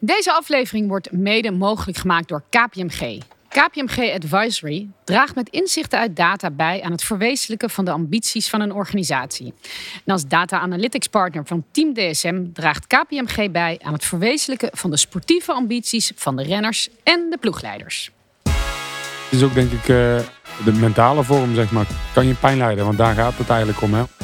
Deze aflevering wordt mede mogelijk gemaakt door KPMG. KPMG Advisory draagt met inzichten uit data bij aan het verwezenlijken van de ambities van een organisatie. En als data analytics partner van Team DSM draagt KPMG bij aan het verwezenlijken van de sportieve ambities van de renners en de ploegleiders. Het is ook denk ik de mentale vorm, zeg maar. Kan je pijn lijden, want daar gaat het eigenlijk om, hè?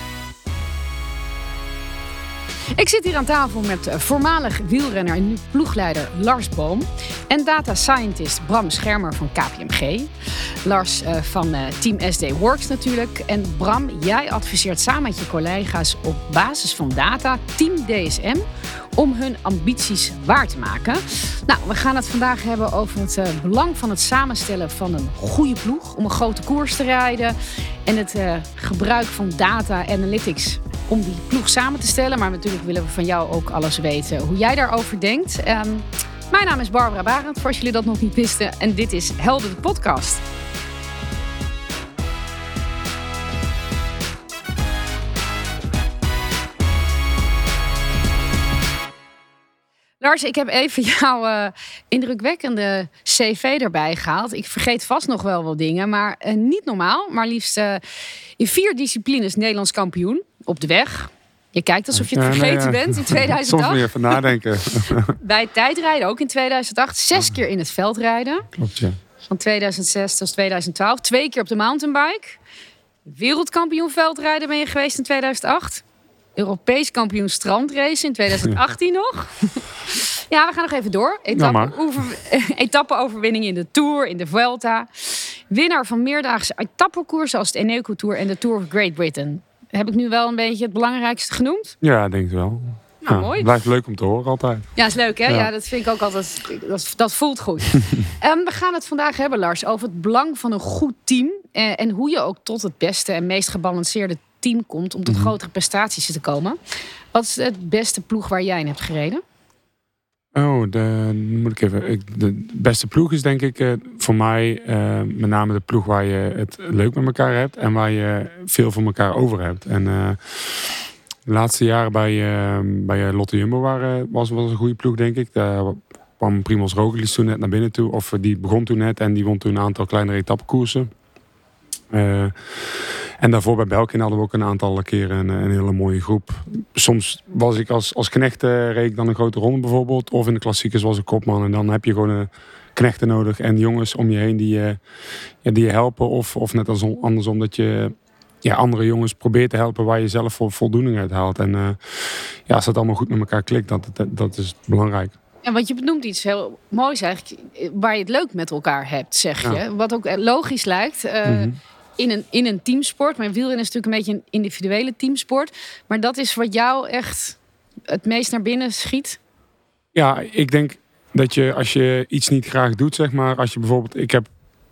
Ik zit hier aan tafel met voormalig wielrenner en nu ploegleider Lars Boom en data scientist Bram Schermer van KPMG. Lars van Team SD Works natuurlijk. En Bram, jij adviseert samen met je collega's op basis van data Team DSM om hun ambities waar te maken. Nou, we gaan het vandaag hebben over het belang van het samenstellen van een goede ploeg om een grote koers te rijden en het gebruik van data analytics om die ploeg samen te stellen. Maar natuurlijk willen we van jou ook alles weten hoe jij daarover denkt. Mijn naam is Barbara Barend, voor als jullie dat nog niet wisten. En dit is Helden de podcast. Lars, ik heb even jouw indrukwekkende cv erbij gehaald. Ik vergeet vast nog wel wat dingen, maar niet normaal. Maar liefst in 4 disciplines Nederlands kampioen op de weg. Je kijkt alsof je het vergeten bent in 2008. Soms moet je even nadenken. Bij het tijdrijden ook in 2008. 6 keer in het veldrijden. Klopt, ja. Van 2006 tot 2012. 2 keer op de mountainbike. Wereldkampioen veldrijden ben je geweest in 2008. Europees kampioen strandrace in 2018 nog. Ja, we gaan nog even door. Etappe-overwinning in de Tour, in de Vuelta. Winnaar van meerdaagse etappekoersen als de Eneco Tour en de Tour of Great Britain. Heb ik nu wel een beetje het belangrijkste genoemd? Ja, denk ik wel. Nou, mooi. Blijft leuk om te horen altijd. Ja, is leuk hè? Ja, dat vind ik ook altijd. Dat voelt goed. We gaan het vandaag hebben, Lars, over het belang van een goed team. En hoe je ook tot het beste en meest gebalanceerde team komt om tot grotere prestaties te komen. Wat is het beste ploeg waar jij in hebt gereden? De beste ploeg is denk ik voor mij met name de ploeg waar je het leuk met elkaar hebt en waar je veel voor elkaar over hebt. En de laatste jaren bij Lotto Jumbo was een goede ploeg, denk ik. Daar kwam Primož Roglič toen net naar binnen toe, of die begon toen net en die won toen een aantal kleinere etappekoersen. En daarvoor bij Belkin hadden we ook een aantal keren een hele mooie groep. Soms was ik als knecht reed ik dan een grote ronde bijvoorbeeld. Of in de klassiekers was ik kopman. En dan heb je gewoon knechten nodig en jongens om je heen die je helpen. Of net als andersom dat je andere jongens probeert te helpen waar je zelf voldoening uit haalt. En als dat allemaal goed met elkaar klikt, dat is belangrijk. Ja, want je benoemt iets heel moois eigenlijk, waar je het leuk met elkaar hebt, zeg je. Ja. Wat ook logisch lijkt in een teamsport. Maar wielrennen is natuurlijk een beetje een individuele teamsport. Maar dat is wat jou echt het meest naar binnen schiet? Ja, ik denk dat je als je iets niet graag doet, zeg maar. Als je bijvoorbeeld,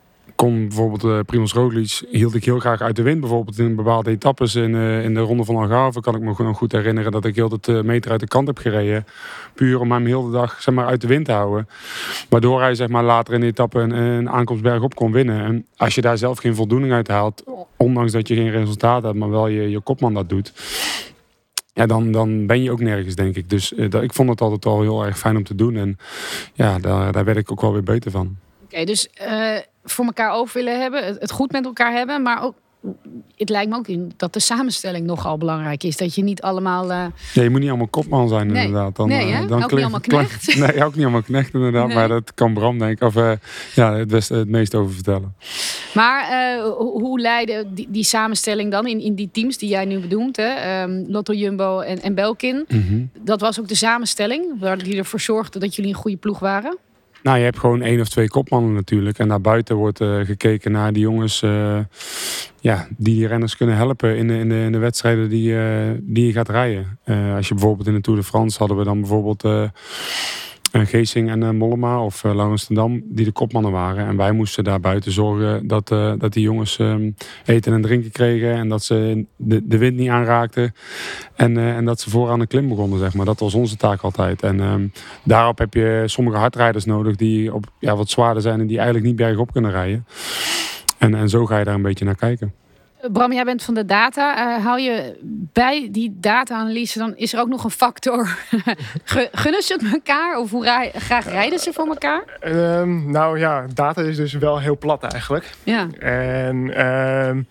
Primož Roglič hield ik heel graag uit de wind. Bijvoorbeeld in bepaalde etappes in de Ronde van Algarve kan ik me gewoon goed herinneren dat ik heel de meter uit de kant heb gereden. Puur om hem heel de dag uit de wind te houden. Waardoor hij later in de etappe een aankomstberg op kon winnen. En als je daar zelf geen voldoening uit haalt, ondanks dat je geen resultaat hebt, maar wel je kopman dat doet. Ja, dan ben je ook nergens, denk ik. Dus ik vond het altijd al heel erg fijn om te doen. En ja, daar werd ik ook wel weer beter van. Oké, dus voor elkaar over willen hebben, het goed met elkaar hebben, maar ook, het lijkt me ook in dat de samenstelling nogal belangrijk is. Dat je niet allemaal... Ja, je moet niet allemaal kopman zijn, inderdaad. Dan ook niet allemaal knecht. Nee, ook niet allemaal knecht, inderdaad. Nee. Maar dat kan Bram, denk ik, het meest over vertellen. Maar hoe leidde die samenstelling dan in die teams die jij nu bedoelt? Hè? Lotto Jumbo en Belkin. Mm-hmm. Dat was ook de samenstelling, waar die ervoor zorgde dat jullie een goede ploeg waren? Nou, je hebt gewoon 1 of 2 kopmannen natuurlijk. En daarbuiten wordt gekeken naar die jongens die renners kunnen helpen in de wedstrijden die je gaat rijden. Als je bijvoorbeeld in de Tour de France hadden we dan bijvoorbeeld Geesing en Mollema of Laurens ten Dam die de kopmannen waren. En wij moesten daar buiten zorgen dat die jongens eten en drinken kregen. En dat ze de wind niet aanraakten. En dat ze vooraan de klim begonnen, zeg maar. Dat was onze taak altijd. En daarop heb je sommige hardrijders nodig die wat zwaarder zijn en die eigenlijk niet bergop kunnen rijden. En zo ga je daar een beetje naar kijken. Bram, jij bent van de data. Hou je bij die data-analyse, dan is er ook nog een factor. Gunnen ze het elkaar? Of hoe graag rijden ze voor elkaar? Nou ja, data is dus wel heel plat eigenlijk. Ja. En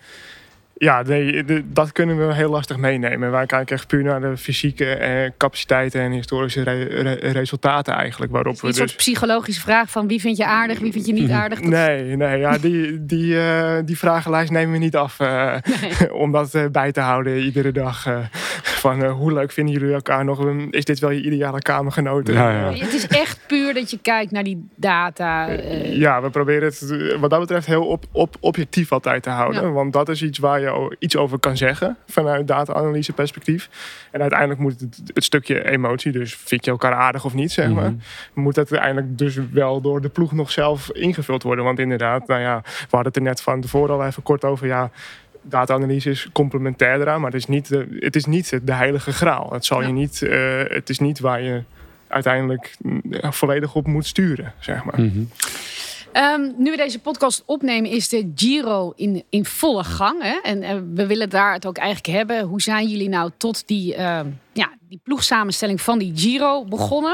dat kunnen we heel lastig meenemen. Wij kijken echt puur naar de fysieke capaciteiten en historische resultaten eigenlijk. Waarop we een soort psychologische vraag van wie vind je aardig, wie vind je niet aardig? Nee, ja, die vragenlijst nemen we niet af. Om dat bij te houden iedere dag. Van hoe leuk vinden jullie elkaar nog? Is dit wel je ideale kamergenoten? Ja. Het is echt puur dat je kijkt naar die data. Ja, we proberen het wat dat betreft heel objectief altijd te houden. Ja. Want dat is iets waar je iets over kan zeggen vanuit data-analyse perspectief. En uiteindelijk moet het stukje emotie, dus vind je elkaar aardig of niet, zeg maar, moet dat uiteindelijk dus wel door de ploeg nog zelf ingevuld worden. Want inderdaad, we hadden het er net van tevoren al even kort over, data-analyse is complementair eraan, maar het is niet de heilige graal. Het is niet waar je uiteindelijk volledig op moet sturen, zeg maar. Nu we deze podcast opnemen is de Giro in volle gang. Hè? En we willen daar het ook eigenlijk hebben. Hoe zijn jullie nou tot die ploegsamenstelling van die Giro begonnen?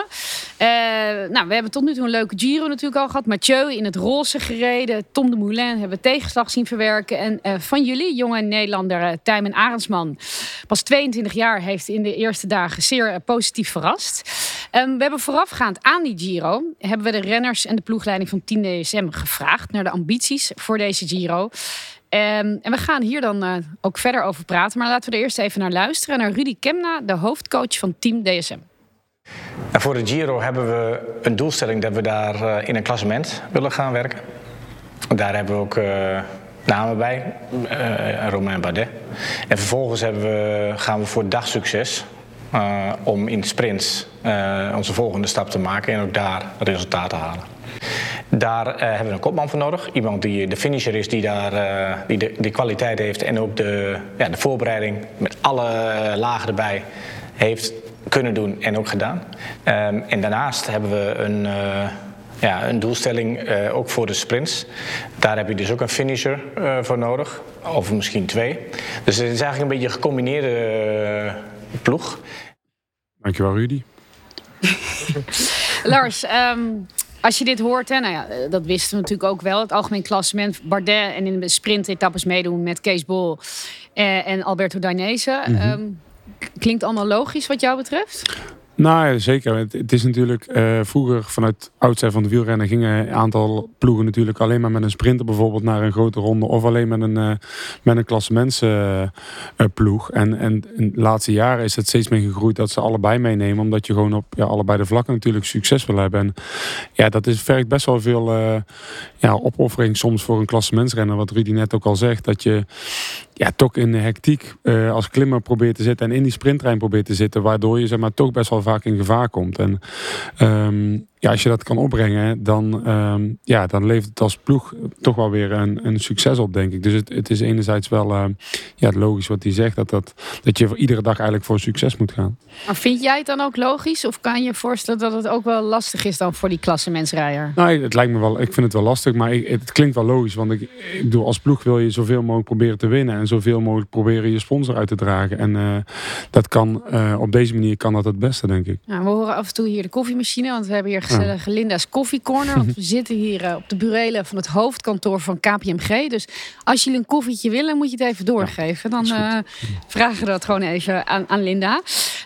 We hebben tot nu toe een leuke Giro natuurlijk al gehad. Mathieu in het roze gereden. Tom de Moulin hebben we tegenslag zien verwerken. En van jullie, jonge Nederlander Tijmen Arendsman, pas 22 jaar, heeft in de eerste dagen zeer positief verrast. We hebben voorafgaand aan die Giro hebben we de renners en de ploegleiding van Team DSM gevraagd naar de ambities voor deze Giro. En we gaan hier dan ook verder over praten. Maar laten we er eerst even naar luisteren. Naar Rudy Kemna, de hoofdcoach van Team DSM. En voor de Giro hebben we een doelstelling dat we daar in een klassement willen gaan werken. Daar hebben we ook namen bij. Romain Bardet. En vervolgens gaan we voor dagsucces. Om in sprints onze volgende stap te maken en ook daar resultaten te halen. Daar hebben we een kopman voor nodig. Iemand die de finisher is, die de kwaliteit heeft en ook de voorbereiding met alle lagen erbij heeft kunnen doen en ook gedaan. En daarnaast hebben we een doelstelling ook voor de sprints. Daar heb je dus ook een finisher voor nodig. Of misschien 2. Dus het is eigenlijk een beetje een gecombineerde ploeg. Dankjewel, Rudy. Lars, als je dit hoort, dat wisten we natuurlijk ook wel. Het algemeen klassement, Bardet en in de sprintetappes meedoen met Kees Bol en Alberto Dainese. Klinkt allemaal logisch wat jou betreft? Nou ja, zeker. Het is natuurlijk vroeger vanuit oudsher van de wielrennen gingen een aantal ploegen natuurlijk alleen maar met een sprinter bijvoorbeeld naar een grote ronde of alleen met een klassementsploeg. En in de laatste jaren is het steeds meer gegroeid dat ze allebei meenemen, omdat je gewoon op allebei de vlakken natuurlijk succes wil hebben. En dat vergt best wel veel opoffering soms voor een klassementsrenner, wat Rudy net ook al zegt, dat je toch in de hectiek als klimmer probeert te zitten en in die sprinttrein probeert te zitten, waardoor je toch best wel vaak in gevaar komt. En als je dat kan opbrengen, dan levert het als ploeg toch wel weer een succes op, denk ik. Dus het is enerzijds wel logisch wat hij zegt, dat je voor iedere dag eigenlijk voor succes moet gaan. Maar vind jij het dan ook logisch? Of kan je je voorstellen dat het ook wel lastig is dan voor die klassementsrijder? Nou, het lijkt me wel, ik vind het wel lastig, maar het klinkt wel logisch. Want ik bedoel, als ploeg wil je zoveel mogelijk proberen te winnen en zoveel mogelijk proberen je sponsor uit te dragen. En dat kan, op deze manier kan dat het beste, denk ik. Nou, we horen af en toe hier de koffiemachine, want we hebben hier gezellige Linda's Coffee Corner. Want we zitten hier op de burelen van het hoofdkantoor van KPMG. Dus als jullie een koffietje willen, moet je het even doorgeven. Dan vragen we dat gewoon even aan Linda.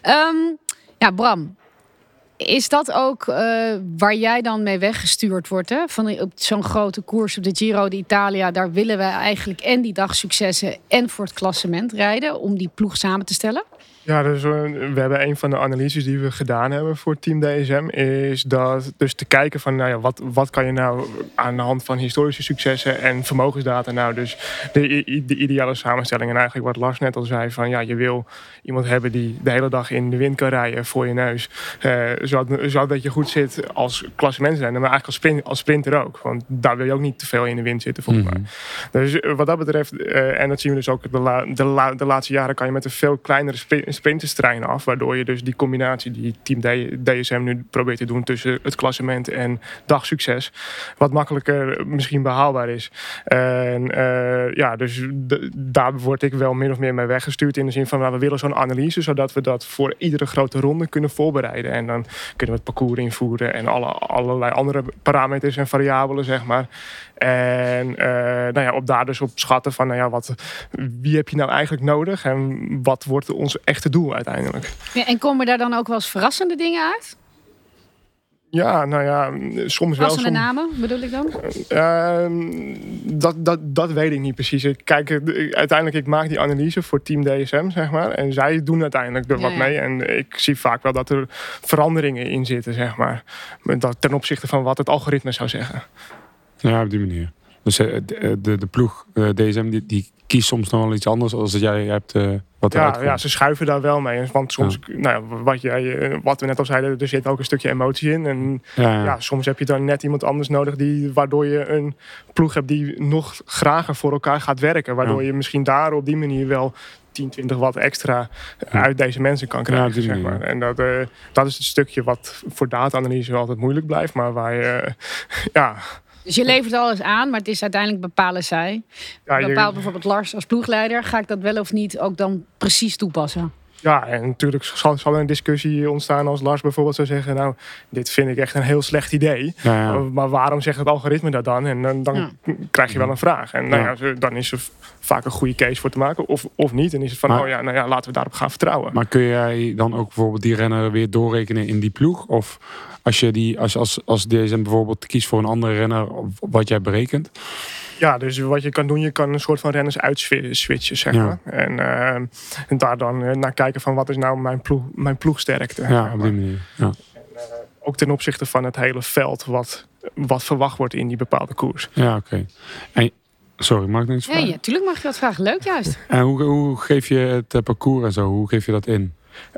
Bram, is dat ook waar jij dan mee weggestuurd wordt? Hè? Op zo'n grote koers op de Giro d'Italia, daar willen we eigenlijk en die dagsuccessen en voor het klassement rijden om die ploeg samen te stellen? Ja, dus we hebben een van de analyses die we gedaan hebben voor Team DSM is dat dus te kijken van wat kan je nou aan de hand van historische successen en vermogensdata nou dus de ideale samenstelling. En eigenlijk wat Lars net al zei van je wil iemand hebben die de hele dag in de wind kan rijden voor je neus, zodat je goed zit als klassementsrenner, maar eigenlijk als sprinter ook, want daar wil je ook niet te veel in de wind zitten volgens mij. Dus wat dat betreft en dat zien we dus ook de laatste jaren, kan je met een veel kleinere sprinterstrein af. Waardoor je dus die combinatie die Team DSM nu probeert te doen tussen het klassement en dagsucces wat makkelijker misschien behaalbaar is. En dus daar word ik wel min of meer mee weggestuurd in de zin van we willen zo'n analyse zodat we dat voor iedere grote ronde kunnen voorbereiden. En dan kunnen we het parcours invoeren en allerlei andere parameters en variabelen, zeg maar. En op daar dus op schatten van wie heb je nou eigenlijk nodig en wat wordt ons echte doel uiteindelijk. Ja, en komen daar dan ook wel eens verrassende dingen uit? Ja, soms wel. Verrassende namen bedoel ik dan? Dat weet ik niet precies. Ik maak die analyse voor Team DSM, zeg maar. En zij doen uiteindelijk er wat mee. En ik zie vaak wel dat er veranderingen in zitten, zeg maar. Ten opzichte van wat het algoritme zou zeggen. Ja, op die manier. Dus de ploeg DSM die kiest soms nog wel iets anders als dat jij hebt wat eruit komt. Ja, ze schuiven daar wel mee. Want soms, wat we net al zeiden, er zit ook een stukje emotie in. En soms heb je dan net iemand anders nodig waardoor je een ploeg hebt die nog grager voor elkaar gaat werken. Waardoor je misschien daar op die manier wel 10, 20 watt extra uit deze mensen kan krijgen. Zeg maar. En dat is het stukje wat voor data-analyse altijd moeilijk blijft. Maar waar je, Dus je levert alles aan, maar het is uiteindelijk bepalen zij. Bepaalt bijvoorbeeld Lars als ploegleider. Ga ik dat wel of niet ook dan precies toepassen? Ja, en natuurlijk zal er een discussie ontstaan als Lars bijvoorbeeld zou zeggen, nou, dit vind ik echt een heel slecht idee. Ja. Maar waarom zegt het algoritme dat dan? En dan krijg je wel een vraag. En dan is er vaak een goede case voor te maken. Of niet. En is het van, laten we daarop gaan vertrouwen. Maar kun jij dan ook bijvoorbeeld die renner weer doorrekenen in die ploeg? Of als je als DSM bijvoorbeeld kiest voor een andere renner, wat jij berekent? Ja, dus wat je kan doen, je kan een soort van renners uitswitchen, zeg maar. En daar dan naar kijken van wat is nou mijn ploegsterkte. Ja, op die manier. Ja. En, ook ten opzichte van het hele veld wat verwacht wordt in die bepaalde koers. Ja, oké. Sorry, mag ik nog iets vragen? Ja, tuurlijk mag je dat vragen. Leuk juist. En hoe geef je het parcours en zo? Hoe geef je dat in?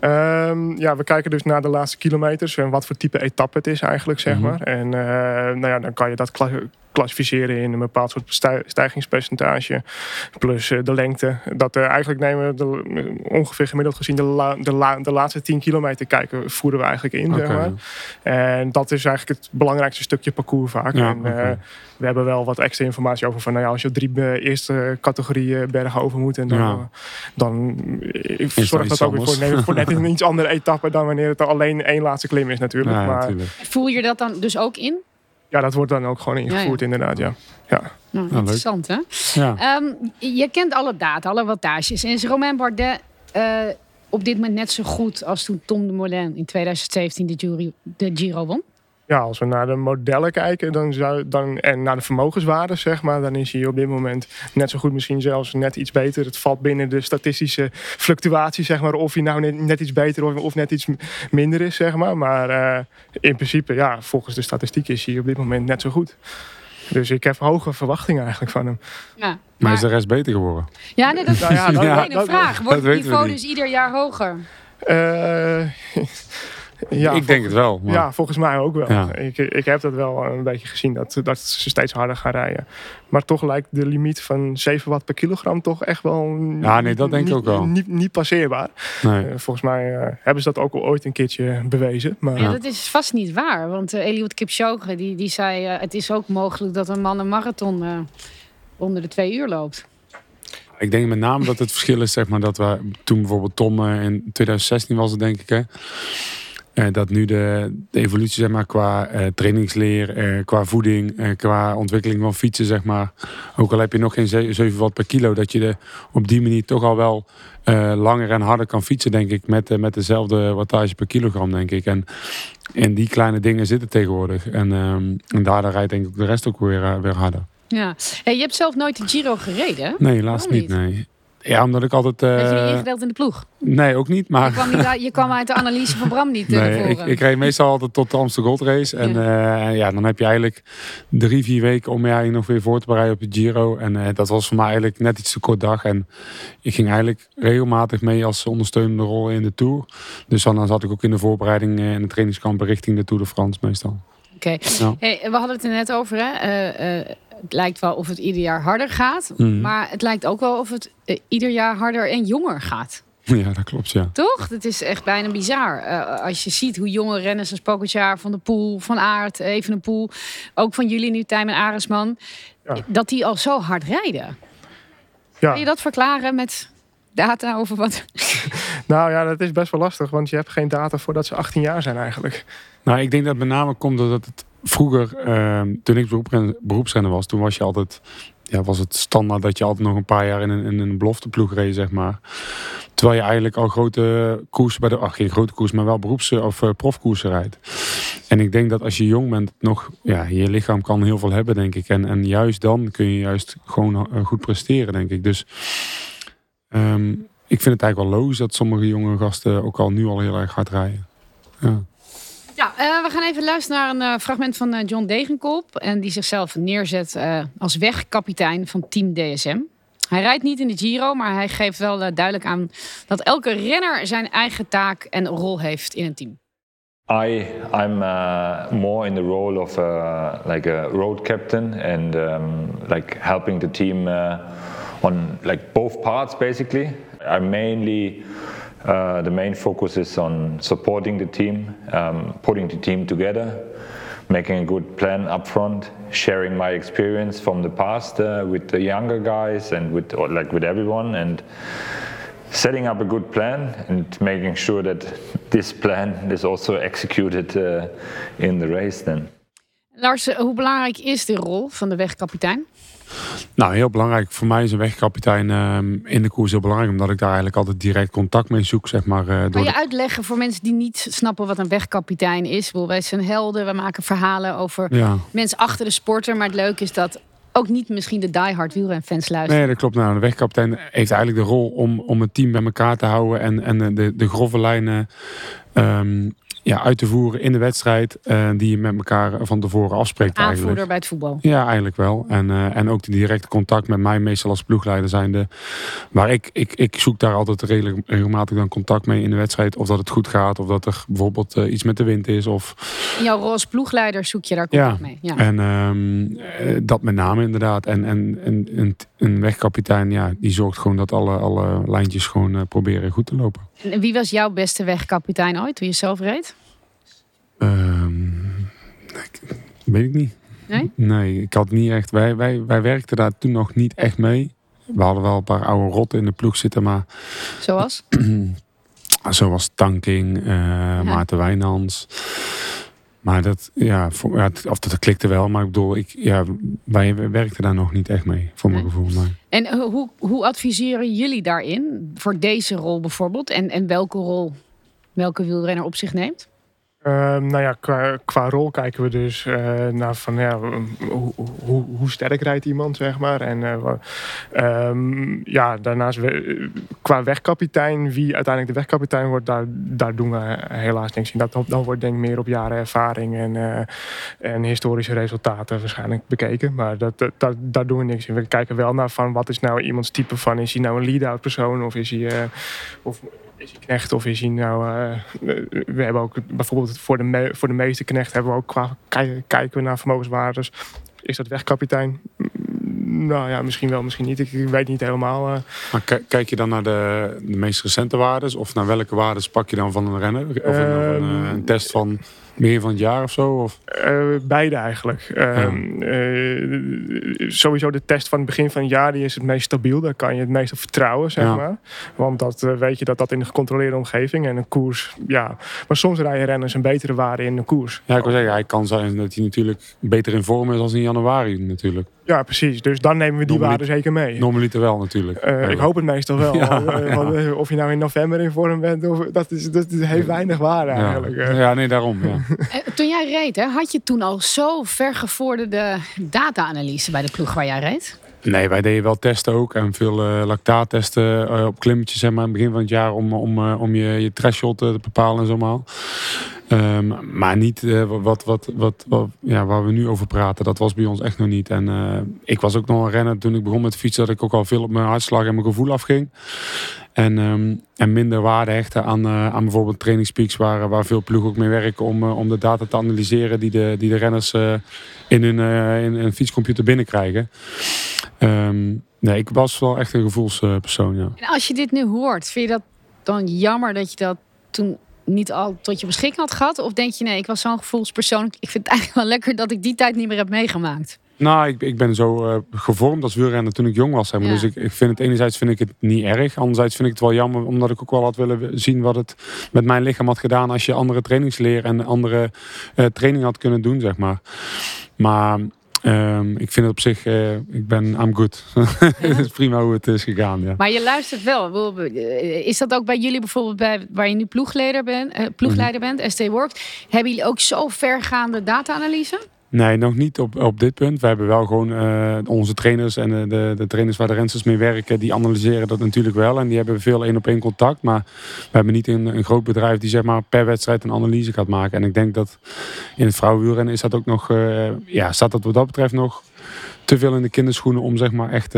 We kijken dus naar de laatste kilometers en wat voor type etappe het is eigenlijk, zeg maar. En dan kan je dat klassificeren in een bepaald soort stijgingspercentage plus de lengte. Dat eigenlijk nemen we ongeveer gemiddeld gezien de laatste 10 kilometer voeren we eigenlijk in, zeg maar. En dat is eigenlijk het belangrijkste stukje parcours vaak. Ja, en we hebben wel wat extra informatie over van als je 3 eerste categorie bergen over moet en dan zorgt dat ook weer voor net een iets andere etappe dan wanneer het alleen 1 laatste klim is natuurlijk. Ja, maar voel je dat dan dus ook in? Ja, dat wordt dan ook gewoon ingevoerd, inderdaad, ja. Nou, interessant, hè? Ja. Je kent alle data, alle wattages. En is Romain Bardet op dit moment net zo goed als toen Tom Dumoulin in 2017 de Giro won? Ja, als we naar de modellen kijken en naar de vermogenswaarden, zeg maar, dan is hij op dit moment net zo goed, misschien zelfs net iets beter. Het valt binnen de statistische fluctuatie, zeg maar, of hij nou net iets beter of net iets minder is, zeg maar. Maar in principe, volgens de statistiek is hij op dit moment net zo goed. Dus ik heb hoge verwachtingen eigenlijk van hem. Ja, maar is de rest beter geworden? Ja, nee, dat is een vraag. Wordt het niveau dus ieder jaar hoger? Ik denk het wel. Maar... Ja, volgens mij ook wel. Ja. Ik heb dat wel een beetje gezien, dat ze steeds harder gaan rijden. Maar toch lijkt de limiet van 7 watt per kilogram toch echt wel... dat denk ik ook wel. Niet passeerbaar. Nee. Volgens mij hebben ze dat ook al ooit een keertje bewezen. Maar... Ja, dat is vast niet waar. Want Eliud Kipchoge die zei... het is ook mogelijk dat een man een marathon onder de 2 uur loopt. Ik denk met name dat het verschil is, zeg maar, dat we toen bijvoorbeeld Tom in 2016 was het, denk ik, hè. Dat nu de evolutie, zeg maar, qua trainingsleer, qua voeding, qua ontwikkeling van fietsen, zeg maar. Ook al heb je nog geen 7 watt per kilo, dat je op die manier toch al wel langer en harder kan fietsen, denk ik. Met dezelfde wattage per kilogram, denk ik. En die kleine dingen zitten tegenwoordig. En daardoor rijdt denk ik de rest ook weer harder. Ja. Hey, je hebt zelf nooit de Giro gereden, hè? Nee, helaas niet, nee. Ja, omdat ik altijd... Ben je niet ingedeeld in de ploeg? Nee, ook niet. Maar... Je kwam uit de analyse van Bram niet naar voren. Ik reed meestal altijd tot de Amsterdam Gold Race. En dan heb je eigenlijk 3-4 weken om je eigenlijk nog weer voor te bereiden op de Giro. En dat was voor mij eigenlijk net iets te kort dag. En ik ging eigenlijk regelmatig mee als ondersteunende rol in de Tour. Dus dan zat ik ook in de voorbereiding in de trainingskampen richting de Tour de France meestal. Oké. Ja. Hey, we hadden het er net over, hè? Het lijkt wel of het ieder jaar harder gaat. Maar het lijkt ook wel of het ieder jaar harder en jonger gaat. Ja, dat klopt, ja. Toch? Het is echt bijna bizar. Als je ziet hoe jonge renners als Pogačar, Van der Poel, Van Aert, Evenepoel, ook van jullie nu, Tijmen Arendsman, dat die al zo hard rijden. Ja. Kan je dat verklaren met data over wat? Nou ja, dat is best wel lastig, want je hebt geen data voordat ze 18 jaar zijn eigenlijk. Nou, ik denk dat het met name komt doordat het vroeger, toen ik beroepsrenner was, toen was je altijd, was het standaard dat je altijd nog een paar jaar in een belofteploeg reed, zeg maar. Terwijl je eigenlijk al grote koersen geen grote koers, maar wel profkoersen rijdt. En ik denk dat als je jong bent, je lichaam kan heel veel hebben, denk ik. En juist dan kun je juist gewoon goed presteren, denk ik. Dus ik vind het eigenlijk wel logisch dat sommige jonge gasten ook nu al heel erg hard rijden. Ja. Ja, we gaan even luisteren naar een fragment van John Degenkolb. En die zichzelf neerzet als wegkapitein van Team DSM. Hij rijdt niet in de Giro, maar hij geeft wel duidelijk aan dat elke renner zijn eigen taak en rol heeft in een team. I'm more in the role of like a road captain and like helping the team on like both parts basically. I mainly the main focus is on supporting the team, putting the team together, making a good plan up front, sharing my experience from the past with the younger guys and with everyone, and setting up a good plan and making sure that this plan is also executed in the race then. Lars, hoe belangrijk is de rol van de wegkapitein? Nou, heel belangrijk. Voor mij is een wegkapitein in de koers heel belangrijk. Omdat ik daar eigenlijk altijd direct contact mee zoek, zeg maar. Kan je uitleggen voor mensen die niet snappen wat een wegkapitein is? Wij zijn helden, we maken verhalen over mensen achter de sporter. Maar het leuke is dat ook niet misschien de diehard wielrenfans luisteren. Nee, dat klopt. Nou, de wegkapitein heeft eigenlijk de rol om het team bij elkaar te houden. En de grove lijnen uit te voeren in de wedstrijd die je met elkaar van tevoren afspreekt. Aanvoerder eigenlijk. bij het voetbal. Ja, eigenlijk wel. En ook de directe contact met mij, meestal als ploegleider zijnde. Maar ik zoek daar altijd regelmatig dan contact mee in de wedstrijd. Of dat het goed gaat, of dat er bijvoorbeeld iets met de wind is. Of In jouw rol als ploegleider zoek je daar contact mee. Ja. En dat met name inderdaad. En een wegkapitein, die zorgt gewoon dat alle lijntjes gewoon proberen goed te lopen. En wie was jouw beste wegkapitein ooit, toen je zelf reed? Weet ik niet. Nee? Nee, ik had niet echt. Wij werkten daar toen nog niet echt mee. We hadden wel een paar oude rotten in de ploeg zitten, maar Zoals? zoals Tanking, Maarten Wijnands. Maar dat klikte wel. Maar ik bedoel, wij werkten daar nog niet echt mee, voor mijn gevoel. Maar. En hoe adviseren jullie daarin? Voor deze rol bijvoorbeeld? En welke wielrenner op zich neemt? Qua rol kijken we dus naar van hoe sterk rijdt iemand, zeg maar. En daarnaast qua wegkapitein, wie uiteindelijk de wegkapitein wordt, daar doen we helaas niks in. Dan wordt denk ik meer op jaren ervaring en historische resultaten waarschijnlijk bekeken. Maar daar doen we niks in. We kijken wel naar van wat is nou iemands type van, is hij nou een lead-out persoon of is hij is hij knecht of is hij nou... we hebben ook bijvoorbeeld voor de meeste knechten hebben we ook kijken we naar vermogenswaardes. Is dat wegkapitein? Nou ja, misschien wel, misschien niet. Ik weet niet helemaal. Maar kijk je dan naar de meest recente waardes? Of naar welke waardes pak je dan van een renner? Of een test van begin van het jaar of zo? Of? Beide eigenlijk. Sowieso de test van het begin van het jaar, die is het meest stabiel. Daar kan je het meest op vertrouwen, zeg maar. Want dat weet je dat in een gecontroleerde omgeving. En een koers, maar soms rijden renners een betere waarde in een koers. Ja, ik wil zeggen, hij kan zijn dat hij natuurlijk beter in vorm is dan in januari natuurlijk. Ja, precies. Dus dan nemen we die waarde zeker mee. Normaliter wel natuurlijk. Ik hoop het meestal wel. Want of je nou in november in vorm bent, dat heeft weinig waarde eigenlijk. Ja, nee, daarom. Ja. Toen jij reed, had je toen al zo vergevorderde data-analyse bij de ploeg waar jij reed? Nee, wij deden wel testen ook. En veel lactaattesten op klimmetjes, zeg maar, aan het begin van het jaar om je threshold te bepalen en zo maar. Maar niet waar we nu over praten. Dat was bij ons echt nog niet. En ik was ook nog een renner toen ik begon met fietsen, dat ik ook al veel op mijn hartslag en mijn gevoel afging. En minder waarde hechten aan bijvoorbeeld trainingspeaks waar veel ploegen ook mee werken om de data te analyseren die de renners in een fietscomputer binnenkrijgen. Nee, ik was wel echt een gevoelspersoon, ja. En als je dit nu hoort, vind je dat dan jammer dat je dat toen niet al tot je beschikking had gehad? Of denk je, nee, ik was zo'n gevoelspersoon. Ik vind het eigenlijk wel lekker dat ik die tijd niet meer heb meegemaakt. Nou, ik ben zo gevormd als wielrenner toen ik jong was. Zeg maar. Ja. Dus ik vind het enerzijds vind ik het niet erg. Anderzijds vind ik het wel jammer, omdat ik ook wel had willen zien wat het met mijn lichaam had gedaan als je andere trainingsleer en andere training had kunnen doen, zeg maar. Maar ik vind het op zich, I'm good. Het is prima hoe het is gegaan, ja. Maar je luistert wel. Is dat ook bij jullie bijvoorbeeld waar je nu ploegleider bent, SD Works? Hebben jullie ook zo vergaande data-analyse? Nee, nog niet op dit punt. We hebben wel gewoon onze trainers en de trainers waar de rensters mee werken, die analyseren dat natuurlijk wel. En die hebben veel 1-op-1 contact. Maar we hebben niet een groot bedrijf die zeg maar per wedstrijd een analyse gaat maken. En ik denk dat in het vrouwenwielrennen is dat ook nog, staat dat wat dat betreft nog te veel in de kinderschoenen om zeg maar echt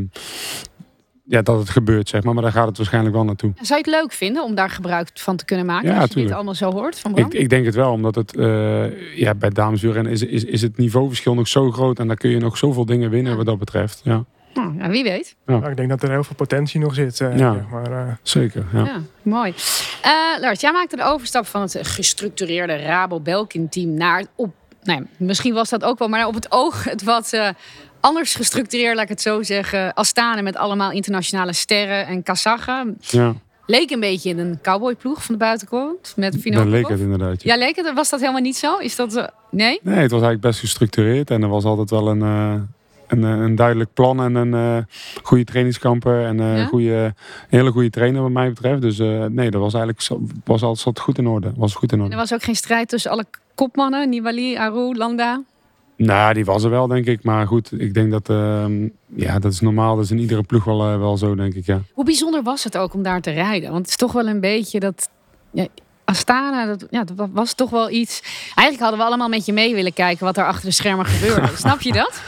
dat het gebeurt, zeg maar. Maar daar gaat het waarschijnlijk wel naartoe. Zou je het leuk vinden om daar gebruik van te kunnen maken? Ja, als je tuurlijk. dit allemaal zo hoort van Bram? Ik denk het wel, omdat het bij dameswielrennen is het niveauverschil nog zo groot. En daar kun je nog zoveel dingen winnen wat dat betreft. Ja. Nou, wie weet. Ja. Nou, ik denk dat er heel veel potentie nog zit. Zeker. Ja. Ja, mooi. Lars, jij maakte de overstap van het gestructureerde Rabo-Belkin-team naar misschien was dat ook wel, maar op het oog het wat anders gestructureerd, laat ik het zo zeggen, Astana met allemaal internationale sterren en Kazachgen. Ja. Leek een beetje in een cowboyploeg van de buitenkant met Dat leek het inderdaad. Ja, leek het? Was dat helemaal niet zo? Is dat nee? Nee, het was eigenlijk best gestructureerd en er was altijd wel een duidelijk plan en een goede trainingskampen en een hele goede trainer wat mij betreft. Dus nee, dat was eigenlijk zat goed in orde. En er was ook geen strijd tussen alle kopmannen, Nibali, Aru, Landa? Nou, die was er wel, denk ik. Maar goed, ik denk dat dat is normaal. Dat is in iedere ploeg wel zo, denk ik, ja. Hoe bijzonder was het ook om daar te rijden? Want het is toch wel een beetje dat... Ja, Astana, dat was toch wel iets... Eigenlijk hadden we allemaal met je mee willen kijken wat er achter de schermen gebeurde. Snap je dat?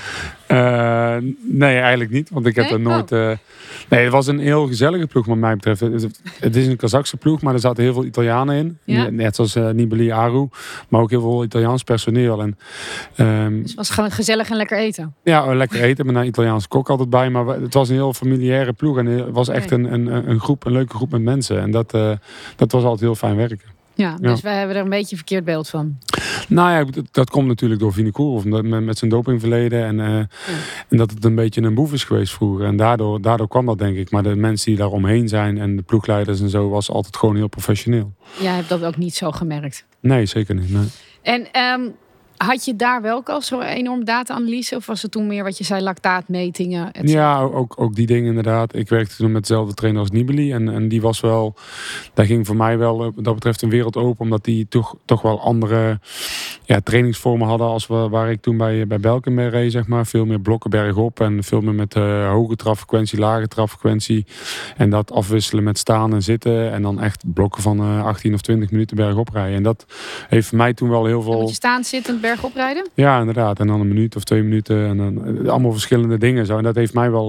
Nee, eigenlijk niet. Want ik heb er nooit... Nee, het was een heel gezellige ploeg wat mij betreft. Het is een Kazachse ploeg, maar er zaten heel veel Italianen in. Ja. Net zoals Nibali, Aru. Maar ook heel veel Italiaans personeel. En, dus het was gewoon gezellig en lekker eten. Ja, lekker eten met een Italiaanse kok altijd bij. Maar het was een heel familiaire ploeg. En het was echt een leuke groep met mensen. En dat was altijd heel fijn werken. Ja, dus wij hebben er een beetje een verkeerd beeld van. Nou ja, dat komt natuurlijk door Vinokourov met zijn dopingverleden. En dat het een beetje een boef is geweest vroeger. En daardoor kwam dat, denk ik. Maar de mensen die daar omheen zijn en de ploegleiders en zo, was altijd gewoon heel professioneel. Jij hebt dat ook niet zo gemerkt? Nee, zeker niet. Nee. En had je daar wel al zo'n enorm data-analyse? Of was het toen meer wat je zei, lactaatmetingen? Ja, ook die dingen inderdaad. Ik werkte toen met dezelfde trainer als Nibali. En die was wel... Daar ging voor mij wel wat dat betreft een wereld open. Omdat die toch wel andere trainingsvormen hadden als waar ik toen bij Belkin mee reed, zeg maar. Veel meer blokken bergop. En veel meer met hoge traffrequentie, lage traffrequentie. En dat afwisselen met staan en zitten. En dan echt blokken van 18 of 20 minuten bergop rijden. En dat heeft voor mij toen wel heel veel... Dan moet je staan, zittend, bergop rijden? Ja, inderdaad. En dan 1 minuut of 2 minuten. En dan allemaal verschillende dingen zo. En dat heeft mij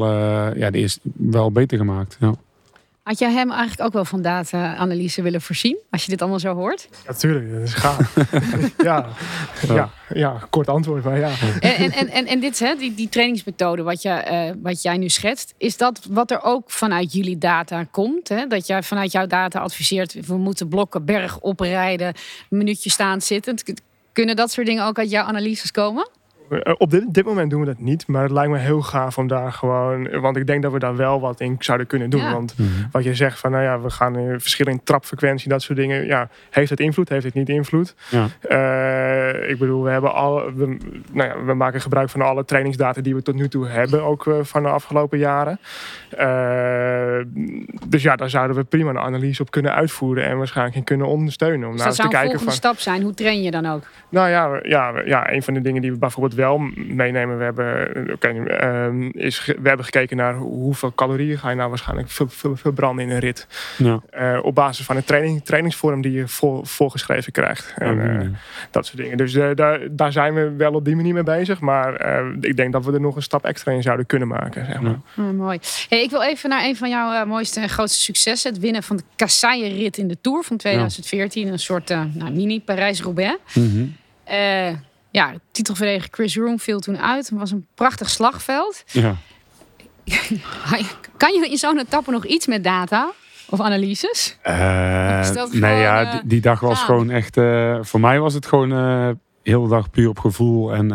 wel beter gemaakt. Ja. Had jij hem eigenlijk ook wel van data-analyse willen voorzien? Als je dit allemaal zo hoort? Ja, tuurlijk. Dat is gaaf. ja, kort antwoord, maar ja. En dit, hè, die trainingsmethode wat jij nu schetst, is dat wat er ook vanuit jullie data komt? Hè? Dat jij vanuit jouw data adviseert, we moeten blokken berg oprijden, een minuutje staan zittend. Kunnen dat soort dingen ook uit jouw analyses komen? Op dit moment doen we dat niet, maar het lijkt me heel gaaf om daar gewoon... Want ik denk dat we daar wel wat in zouden kunnen doen. Ja. Want wat je zegt van, we gaan verschillen in trapfrequentie, dat soort dingen. Ja, heeft het invloed, heeft het niet invloed? Ja. Ik bedoel, we maken gebruik van alle trainingsdata die we tot nu toe hebben, ook van de afgelopen jaren. Dus ja, daar zouden we prima een analyse op kunnen uitvoeren en waarschijnlijk in kunnen ondersteunen. Om dus dat zou een volgende stap zijn. Hoe train je dan ook? Nou ja, een van de dingen die we bijvoorbeeld wel meenemen, we hebben gekeken naar hoeveel calorieën ga je nou waarschijnlijk verbranden in een rit. Ja. Op basis van een trainingsvorm die je voorgeschreven krijgt. En dat soort dingen. Dus daar zijn we wel op die manier mee bezig. Maar ik denk dat we er nog een stap extra in zouden kunnen maken. Zeg maar. Mooi. Hey, ik wil even naar een van jouw mooiste en grootste successen. Het winnen van de Kasseien-rit in de Tour van 2014. Een soort mini Parijs-Roubaix. Titelverdediger Chris Froome viel toen uit. Het was een prachtig slagveld. Ja. Kan je in zo'n etappe nog iets met data? Of analyses? Die dag was gewoon echt... voor mij was het gewoon heel de dag puur op gevoel. En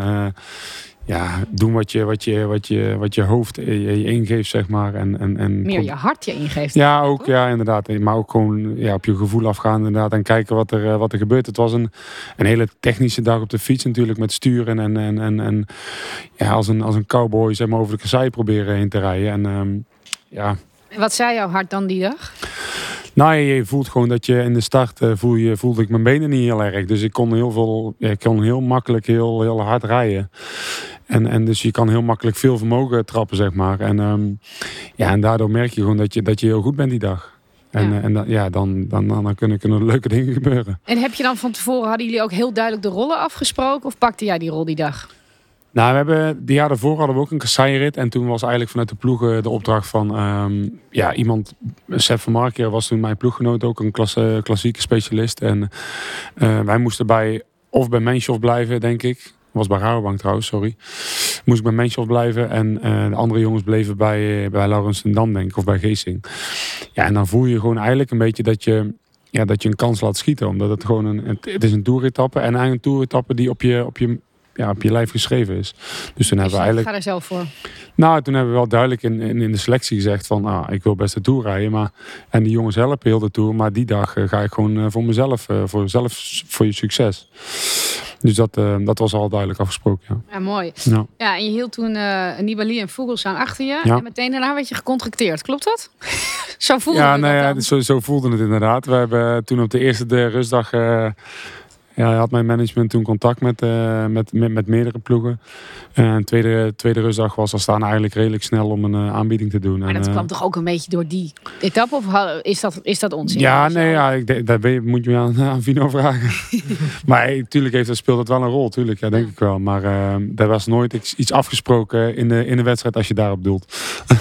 doen wat je hoofd je ingeeft, zeg maar. En meer je hart je ingeeft. Ja, ook, toch? Ja, inderdaad. Maar ook gewoon op je gevoel afgaan inderdaad. En kijken wat er gebeurt. Het was een hele technische dag op de fiets natuurlijk. Met sturen en als een cowboy zeg maar, over de kassei proberen heen te rijden. En wat zei jouw hart dan die dag? Nou, je voelt gewoon dat je in de start voelde ik mijn benen niet heel erg. Dus ik kon heel makkelijk heel hard rijden. En dus je kan heel makkelijk veel vermogen trappen, zeg maar. En daardoor merk je gewoon dat je heel goed bent die dag. Dan kunnen er leuke dingen gebeuren. En heb je dan van tevoren, hadden jullie ook heel duidelijk de rollen afgesproken? Of pakte jij die rol die dag? Nou, die jaar daarvoor hadden we ook een kasseirit. En toen was eigenlijk vanuit de ploegen de opdracht van iemand, Sepp van Marker was toen mijn ploeggenoot, ook een klassieke specialist. En wij moesten bij Menshoff blijven, denk ik. Was bij Rabobank trouwens, sorry. Moest ik bij Menshoff blijven. En de andere jongens bleven bij Laurens ten Dam, denk ik. Of bij Geesing. Ja, en dan voel je gewoon eigenlijk een beetje dat je een kans laat schieten. Omdat het gewoon het is een toeretappe. En eigenlijk een toeretappe die op je lijf geschreven is. Dus toen hebben we eigenlijk... Ga er zelf voor. Nou, toen hebben we wel duidelijk in de selectie gezegd van... ik wil best de Tour rijden. En die jongens helpen heel de Tour. Maar die dag ga ik gewoon voor mezelf. Voor je succes. Dus dat was al duidelijk afgesproken. Ja, ja mooi. Ja. Ja, en je hield toen Nibali en Vogelsang achter je. Ja. En meteen daarna werd je gecontracteerd. Klopt dat? Zo voelde het dan? Zo voelde het inderdaad. We hebben toen op de eerste rustdag... had mijn management toen contact met meerdere ploegen. En tweede rustdag was al staan eigenlijk redelijk snel om een aanbieding te doen. Maar dat kwam toch ook een beetje door die etappe? Of is dat onzin? Daar moet je aan Vino vragen. Maar natuurlijk speelt het wel een rol, tuurlijk. Ja, denk ik wel. Maar er was nooit iets afgesproken in de wedstrijd als je daarop doelt.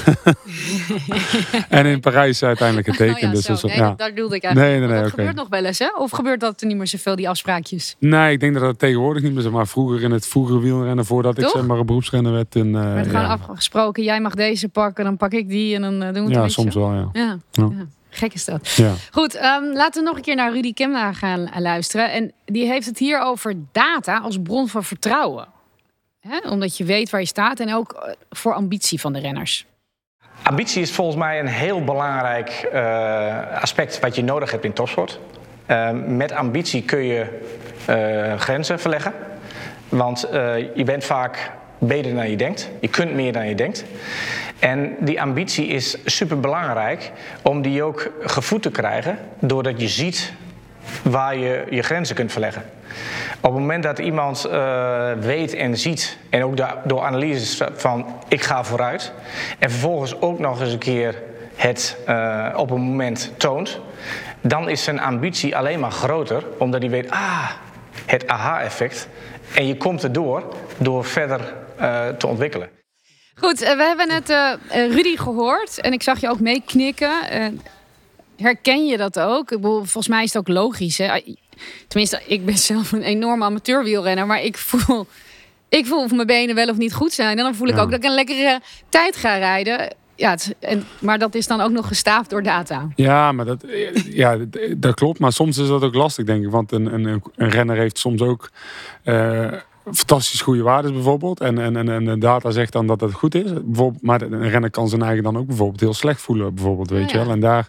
En in Parijs uiteindelijk getekend. Dat bedoelde ik eigenlijk. Dat gebeurt nog wel eens, hè? Of gebeurt dat niet meer zoveel, die afspraakjes? Nee, ik denk dat het tegenwoordig niet meer is. Maar vroeger in het vroegere wielrennen, voordat ik zeg maar een beroepsrenner werd. werd gewoon afgesproken, jij mag deze pakken, dan pak ik die en dan doen we het. Ja, soms wel, ja. Gek is dat. Ja. Goed, laten we nog een keer naar Rudy Kemna gaan luisteren. En die heeft het hier over data als bron van vertrouwen. Omdat je weet waar je staat en ook voor ambitie van de renners. Ambitie is volgens mij een heel belangrijk aspect wat je nodig hebt in topsport. Met ambitie kun je grenzen verleggen. Want je bent vaak beter dan je denkt. Je kunt meer dan je denkt. En die ambitie is super belangrijk om die ook gevoed te krijgen. Doordat je ziet waar je je grenzen kunt verleggen. Op het moment dat iemand weet en ziet, en ook door analyses van ik ga vooruit. En vervolgens ook nog eens een keer het op een moment toont. Dan is zijn ambitie alleen maar groter, omdat hij weet, het aha-effect. En je komt erdoor door verder te ontwikkelen. Goed, we hebben net Rudy gehoord en ik zag je ook meeknikken. Herken je dat ook? Ik bedoel, volgens mij is het ook logisch. Hè? Tenminste, ik ben zelf een enorme amateurwielrenner, maar ik voel of mijn benen wel of niet goed zijn. En dan voel ik ook dat ik een lekkere tijd ga rijden. Ja, maar dat is dan ook nog gestaafd door data. Ja, maar dat klopt. Maar soms is dat ook lastig, denk ik. Want een renner heeft soms ook fantastisch goede waarden bijvoorbeeld. En de data zegt dan dat het goed is. Maar een renner kan zijn eigen dan ook bijvoorbeeld heel slecht voelen. Bijvoorbeeld, weet je wel. En daar...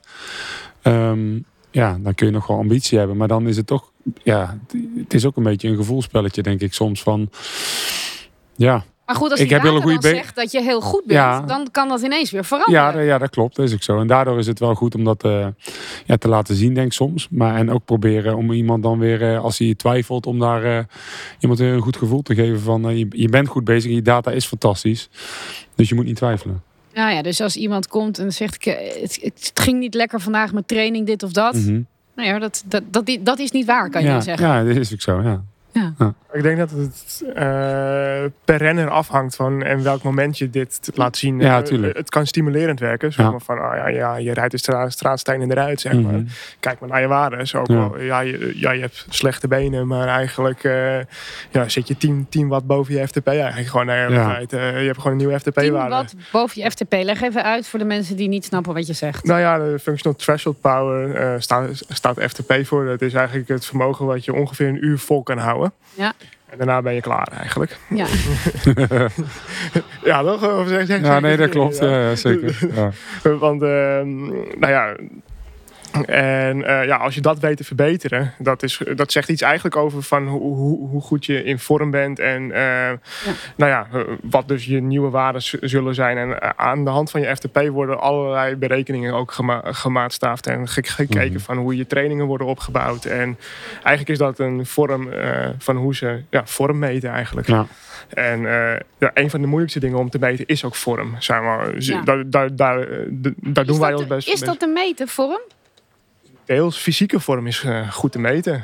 dan kun je nog wel ambitie hebben. Maar dan is het toch... Ja, het is ook een beetje een gevoelspelletje, denk ik, soms van... Ja... Maar goed, als die data dan zegt dat je heel goed bent, dan kan dat ineens weer veranderen. Ja, dat klopt. Dat is ook zo. En daardoor is het wel goed om dat te laten zien, denk ik soms. En ook proberen om iemand dan weer, als hij twijfelt, om daar iemand weer een goed gevoel te geven van je bent goed bezig, je data is fantastisch. Dus je moet niet twijfelen. Nou ja, dus als iemand komt en zegt, het ging niet lekker vandaag met training, dit of dat. Mm-hmm. Nou ja, dat is niet waar, kan je dan zeggen. Ja, dat is ook zo, ja. Ik denk dat het per renner afhangt van en welk moment je dit laat zien. Ja, tuurlijk. Het kan stimulerend werken. Zeg maar van, je rijdt de straatstenen eruit, zeg maar. Kijk maar naar je waardes. Ook wel, je hebt slechte benen, maar eigenlijk zit je 10 watt boven je FTP eigenlijk gewoon naar je rijdt. Je hebt gewoon een nieuwe FTP-waarde. 10 watt boven je FTP. Leg even uit voor de mensen die niet snappen wat je zegt. Nou ja, de functional threshold power staat FTP voor. Dat is eigenlijk het vermogen wat je ongeveer een uur vol kan houden. Ja. En daarna ben je klaar eigenlijk. Ja. Ja, toch? Of zeg, Ja, nee, dat klopt. Ja, zeker. Ja. Want, als je dat weet te verbeteren, dat zegt iets eigenlijk over van hoe goed je in vorm bent. En wat dus je nieuwe waarden zullen zijn. En aan de hand van je FTP worden allerlei berekeningen ook gemaatstaafd. En gekeken van hoe je trainingen worden opgebouwd. En eigenlijk is dat een vorm van hoe ze vorm meten eigenlijk. Ja. En een van de moeilijkste dingen om te meten is ook vorm. Zeg maar. Daar doen wij ons best. Is dat te meten, vorm? Deels fysieke vorm is goed te meten.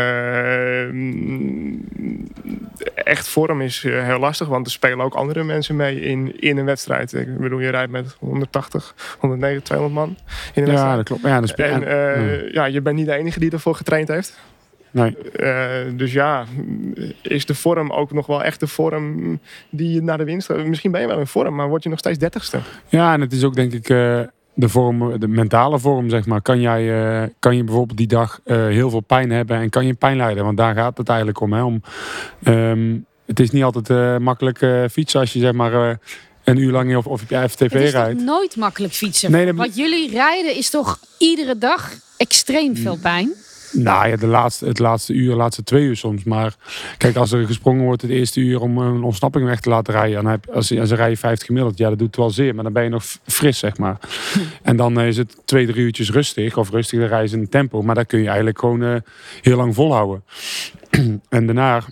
Echt vorm is heel lastig, want er spelen ook andere mensen mee in een wedstrijd. Ik bedoel, je rijdt met 180, 190, 200 man in een wedstrijd. Ja, dat klopt. Ja, je bent niet de enige die ervoor getraind heeft. Nee. Dus is de vorm ook nog wel echt de vorm die je naar de winst... Misschien ben je wel in vorm, maar word je nog steeds 30ste. Ja, en het is ook denk ik... de mentale vorm, zeg maar. Kan je bijvoorbeeld die dag heel veel pijn hebben en kan je pijn lijden? Want daar gaat het eigenlijk om. Hè? Het is niet altijd makkelijk fietsen als je zeg maar een uur lang of op je FTP rijdt. Het is toch nooit makkelijk fietsen? Nee, Wat jullie rijden is toch iedere dag extreem veel pijn? Nou ja, het laatste 2 uur soms. Maar kijk, als er gesprongen wordt het eerste uur om een ontsnapping weg te laten rijden. Dan als ze rijden 50 gemiddeld, dat doet wel zeer. Maar dan ben je nog fris, zeg maar. En dan is het 2-3 uurtjes rustig. Of rustig, dan rijden ze in een tempo. Maar dat kun je eigenlijk gewoon heel lang volhouden. En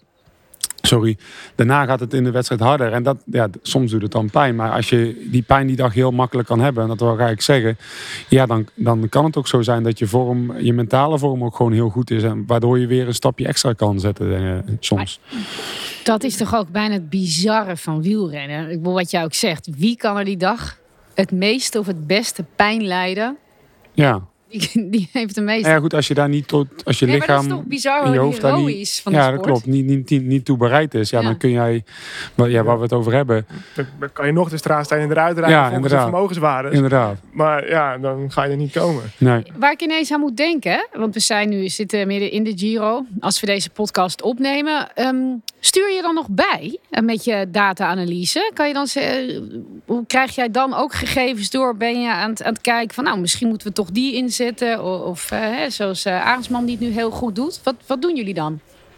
daarna gaat het in de wedstrijd harder. En soms doet het dan pijn. Maar als je die pijn die dag heel makkelijk kan hebben, en dat wil ik eigenlijk zeggen, dan kan het ook zo zijn dat je mentale vorm ook gewoon heel goed is. En waardoor je weer een stapje extra kan zetten soms. Maar dat is toch ook bijna het bizarre van wielrennen. Ik bedoel, wat jij ook zegt. Wie kan er die dag het meeste of het beste pijn lijden? Ja. Die heeft de meeste. Ja, goed, als je daar niet als je lichaam. Maar dat is toch bizar hoe hoofd daar is van de sport. Ja, dat klopt. Niet toe bereid is. Dan kun jij, waar we het over hebben. Dan kan je nog de straatstenen eruit rijden volgens de vermogenswaardes. Inderdaad. Maar dan ga je er niet komen. Nee. Waar ik ineens aan moet denken, want we zitten midden in de Giro. Als we deze podcast opnemen, stuur je dan nog bij met je data-analyse? Kan je dan hoe krijg jij dan ook gegevens door? Ben je aan het kijken van, misschien moeten we toch die inzetten? Of zoals Arendsman die het nu heel goed doet. Wat doen jullie dan?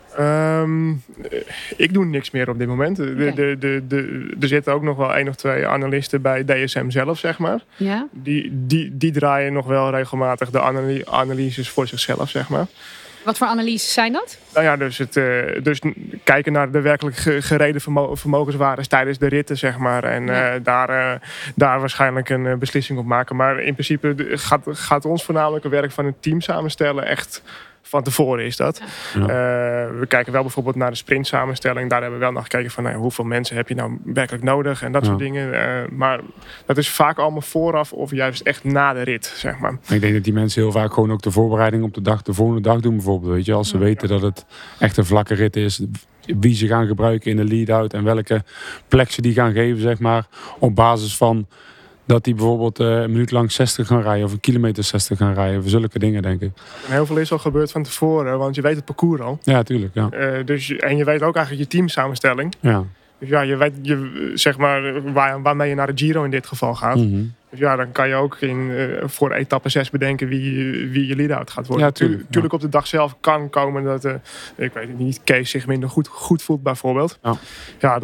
Ik doe niks meer op dit moment. Okay. Er zitten ook nog wel 1 of 2 analisten bij DSM zelf, zeg maar. Ja? Die draaien nog wel regelmatig de analyses voor zichzelf, zeg maar. Wat voor analyses zijn dat? Nou ja, dus kijken naar de werkelijk gereden vermogenswaardes tijdens de ritten, zeg maar. En daar waarschijnlijk een beslissing op maken. Maar in principe gaat ons voornamelijke werk van een team samenstellen echt van tevoren is dat. Ja. We kijken wel bijvoorbeeld naar de sprint samenstelling. Daar hebben we wel naar gekeken van hoeveel mensen heb je nou werkelijk nodig en dat soort dingen. Maar dat is vaak allemaal vooraf of juist echt na de rit, zeg maar. Ik denk dat die mensen heel vaak gewoon ook de voorbereiding op de volgende dag doen bijvoorbeeld. Weet je, als ze weten dat het echt een vlakke rit is, wie ze gaan gebruiken in de lead-out en welke plek ze die gaan geven, zeg maar, op basis van dat die bijvoorbeeld een minuut lang 60 gaan rijden of een kilometer 60 gaan rijden. Of zulke dingen, denk ik. En heel veel is al gebeurd van tevoren, want je weet het parcours al. Ja, tuurlijk. Ja. En je weet ook eigenlijk je teamsamenstelling. Ja. Dus je weet zeg maar waarmee je naar de Giro in dit geval gaat. Mm-hmm. Dus dan kan je ook voor etappe 6 bedenken wie je lead-out gaat worden. Ja, tuurlijk op de dag zelf kan komen dat, ik weet het niet, Kees zich minder goed voelt bijvoorbeeld. Ja,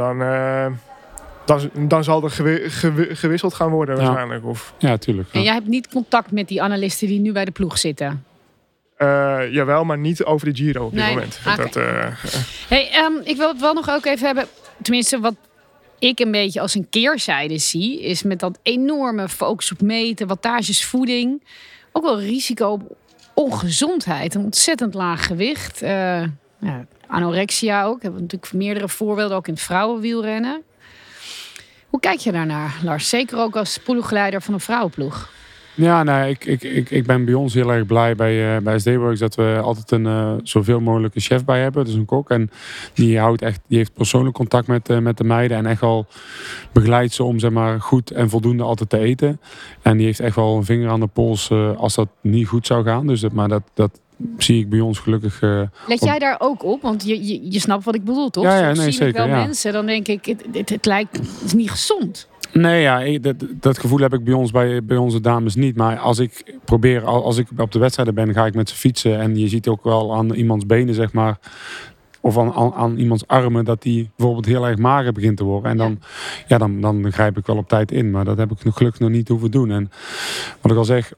dan zal er gewisseld gaan worden waarschijnlijk. Ja, tuurlijk. Ja. En jij hebt niet contact met die analisten die nu bij de ploeg zitten? Jawel, maar niet over de Giro op dit moment. Okay. Ik wil het wel nog ook even hebben. Tenminste, wat ik een beetje als een keerzijde zie, is met dat enorme focus op meten, wattages, voeding, ook wel risico op ongezondheid. Een ontzettend laag gewicht. anorexia ook. We hebben natuurlijk meerdere voorbeelden, ook in het vrouwenwielrennen. Hoe kijk je daarnaar, Lars? Zeker ook als ploegleider van een vrouwenploeg. Ja, nou, ik ben bij ons heel erg blij bij SD Works dat we altijd een zoveel mogelijke chef bij hebben. Dus een kok. En die heeft persoonlijk contact met de meiden. En echt wel begeleidt ze om zeg maar, goed en voldoende altijd te eten. En die heeft echt wel een vinger aan de pols als dat niet goed zou gaan. Dus maar dat zie ik bij ons gelukkig. Let jij daar ook op? Want je snapt wat ik bedoel, toch? Ja, Soms zie zeker, ik wel ja. mensen, dan denk ik, het lijkt het is niet gezond. Nee, ja, dat gevoel heb ik bij onze dames niet. Maar als ik op de wedstrijden ben, ga ik met ze fietsen. En je ziet ook wel aan iemands benen, zeg maar. Of aan iemands armen, dat die bijvoorbeeld heel erg mager begint te worden. En dan grijp ik wel op tijd in. Maar dat heb ik gelukkig nog niet hoeven doen. En wat ik al zeg,